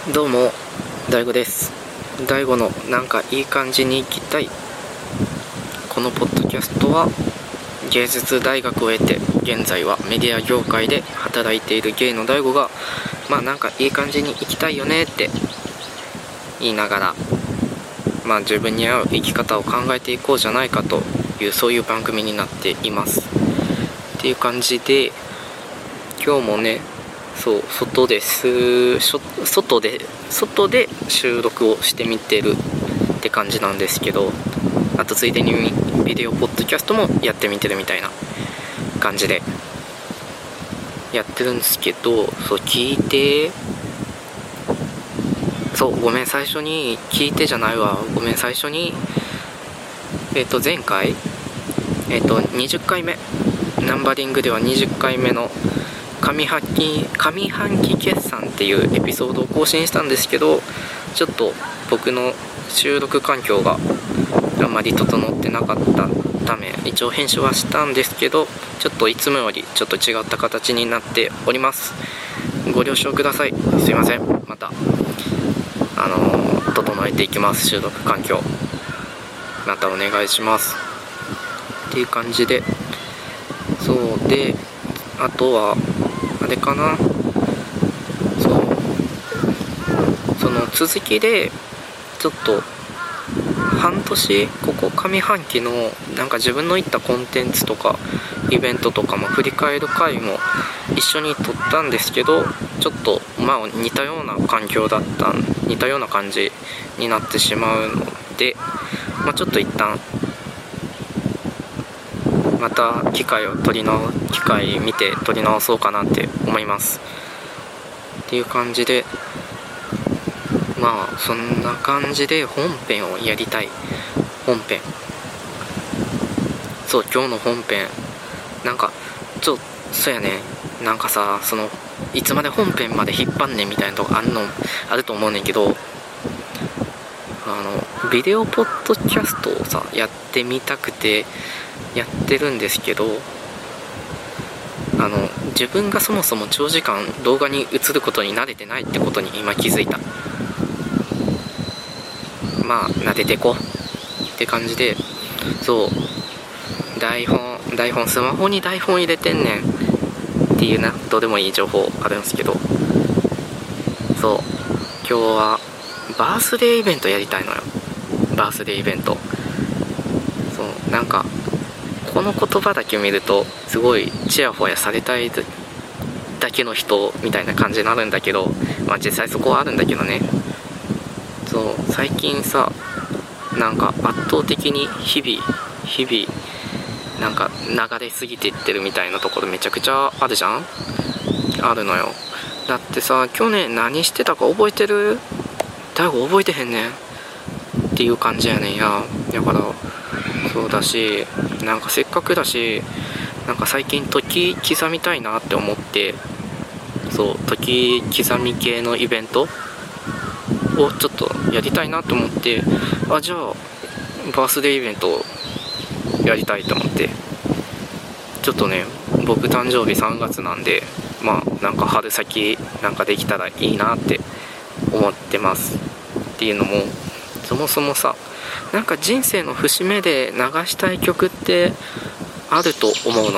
どうも、大悟です。大悟のなんかいい感じに生きたい。このポッドキャストは芸術大学を経て現在はメディア業界で働いているゲイの大悟がなんかいい感じに生きたいよねって言いながら自分に合う生き方を考えていこうじゃないかというそういう番組になっていますっていう感じで、今日もね外で収録をしてみてるって感じなんですけど、あとついでにビデオポッドキャストもやってみてるみたいな感じでやってるんですけど、聞いて、ごめん最初に聞いてじゃないわごめん最初に前回20回目ナンバリングでは20回目の上半期決算っていうエピソードを更新したんですけど、ちょっと僕の収録環境があんまり整ってなかったため一応編集はしたんですけど、ちょっといつもよりちょっと違った形になっております。ご了承ください。すいません。また整えていきます。収録環境またお願いしますっていう感じで、であとはあれかな、その続きでちょっと半年ここ上半期のなんか自分の行ったコンテンツとかイベントとかも振り返る回も一緒に撮ったんですけど、ちょっと似たような環境だった似たような感じになってしまうので、ちょっと一旦また機会見て撮り直そうかなって思いますっていう感じで、そんな感じで本編をやりたい。今日の本編そうやね、いつまで本編まで引っ張んねんみたいなとこあると思うねんけど、ビデオポッドキャストをやってみたくてやってるんですけど、自分がそもそも長時間動画に映ることに慣れてないってことに今気づいた。撫でてこって感じで、台本スマホに台本入れてんねんっていうどうでもいい情報あるんですけど、今日はバースデーイベントやりたいのよ。バースデーイベント、この言葉だけ見るとすごいチヤホヤされたいだけの人みたいな感じになるんだけど、実際そこはあるんだけどね。最近圧倒的に日々流れすぎていってるみたいなところめちゃくちゃあるじゃん。あるのよ。だって去年何してたか覚えてる？大悟覚えてへんねんっていう感じやねんや。だからそうだし、せっかくだし最近時刻みたいなって思って、時刻み系のイベントをちょっとやりたいなと思って、じゃあバースデーイベントやりたいと思って、ちょっとね僕誕生日3月なんで春先できたらいいなって思ってますっていうのも、そもそも人生の節目で流したい曲ってあると思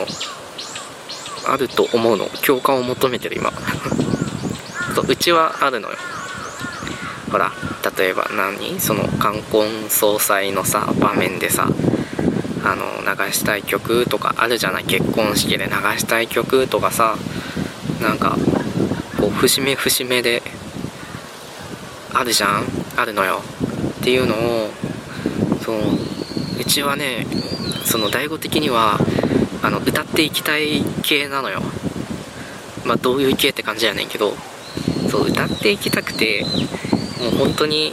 うの共感を求めてる今うちはあるのよ。ほら例えば冠婚葬祭の場面で流したい曲とかあるじゃない。結婚式で流したい曲とか節目であるじゃん。あるのよっていうのを、うちはね大悟的には歌っていきたい系なのよ。どういう系って感じやねんけど、歌っていきたくて、もう本当に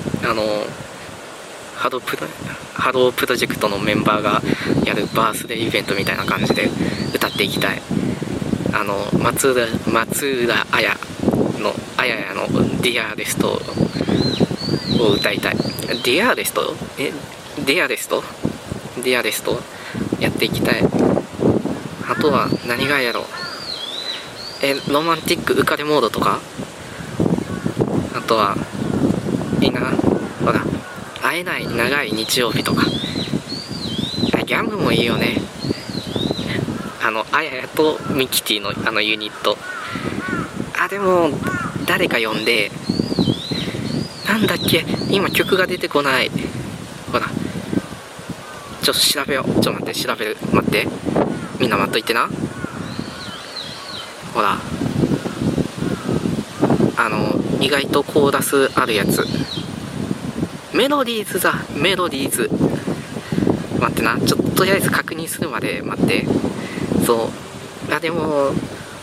ハロープロジェクトのメンバーがやるバースデーイベントみたいな感じで歌っていきたい。松浦綾のディアレストを歌いたい。ディアレストやっていきたい。あとは何がやろう、ロマンティック浮かれモードとか、あとはいいな、ほら会えない長い日曜日とか、ギャムもいいよね。あややとミキティのユニット。でも誰か呼んで、なんだっけ、今曲が出てこない。ほらちょっと調べよう。待って、調べる。待って、みんな待っといてな。ほら意外とコーラスあるやつ、メロディーズだ。メロディーズ、待ってな、ちょっととりあえず確認するまで待って。そうでも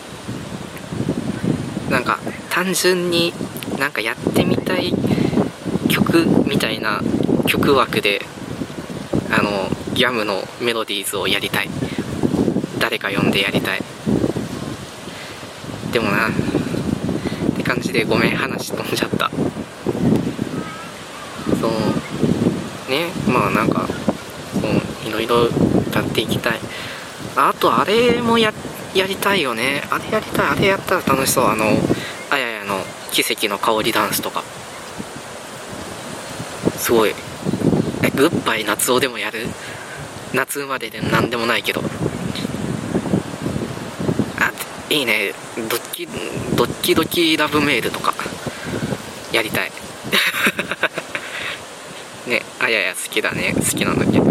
なんか単純になんかやってみたい曲みたいな曲枠でギャムのメロディーズをやりたい。誰か呼んでやりたい。でもなって感じで、ごめん話飛んじゃった。そうね、まあなんかいろいろやっていきたい。あとあれもやりたいよね。あれやりたい。あれやったら楽しそう。あややの奇跡の香りダンスとかすごい。グッバイ夏男でもやる？夏生まれでなんでもないけど、いいね。ドッキドキラブメールとかやりたいね、あやや好きだね。好きなんだけど、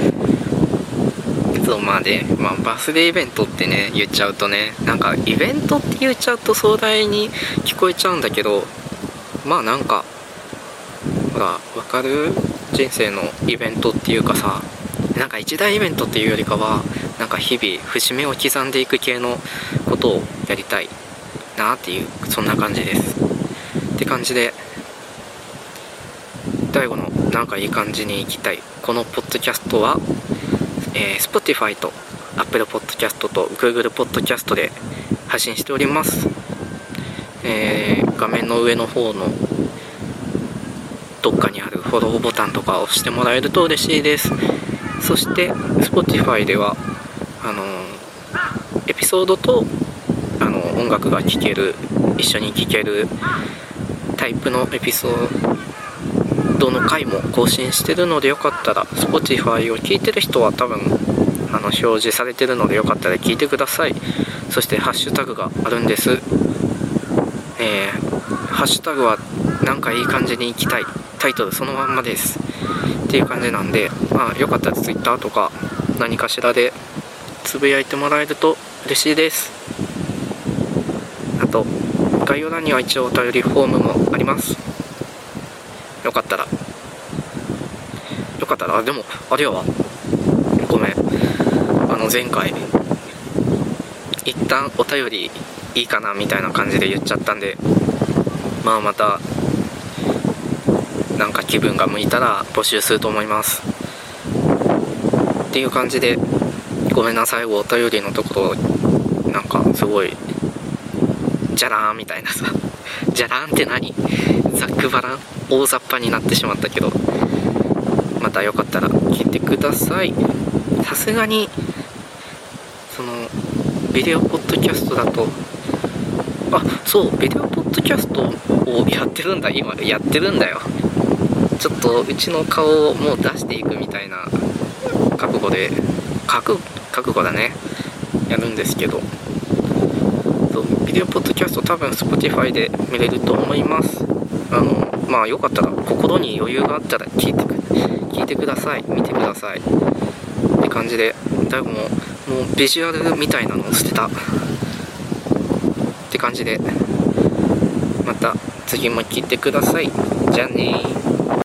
バースデーイベントってね言っちゃうとね、なんかイベントって言っちゃうと壮大に聞こえちゃうんだけど、まあなんかほらわかる？人生のイベントっていうかさ、なんか一大イベントっていうよりかは、なんか日々節目を刻んでいく系のことをやりたいなっていう、そんな感じですって感じで、第5のなんかいい感じにいきたいこのポッドキャストは、Spotify と Apple Podcast と Google Podcast で配信しております。画面の上の方のどっかにあるフォローボタンとかを押してもらえると嬉しいです。そして Spotify ではエピソードと音楽が聴ける、一緒に聴けるタイプのエピソードの回も更新してるので、よかったら Spotify を聴いてる人は多分表示されてるので、よかったら聴いてください。そしてハッシュタグがあるんです。ハッシュタグはなんかいい感じにいきたい、タイトルそのまんまですっていう感じなんで、よかったら Twitter とか何かしらでつぶやいてもらえると嬉しいです。あと概要欄には一応お便りフォームもあります。よかったらでもあれやわ、ごめん、前回一旦お便りいいかなみたいな感じで言っちゃったんで、またなんか気分が向いたら募集すると思いますっていう感じで、ごめんなさい。お便りのところなんかすごいじゃらーんみたいなさ、じゃらーんって何、ざっくばらん大雑把になってしまったけど、またよかったら聞いてください。さすがにビデオポッドキャストだと、そうビデオポッドキャストをやってるんだ。今やってるんだよ。ちょっとうちの顔をもう出していくみたいな覚悟だね、やるんですけど、ビデオポッドキャスト多分 Spotify で見れると思います。よかったら心に余裕があったら聞いてください。見てくださいって感じで、だいぶもうビジュアルみたいなのを捨てたって感じで、また次も聞いてください。じゃあねー。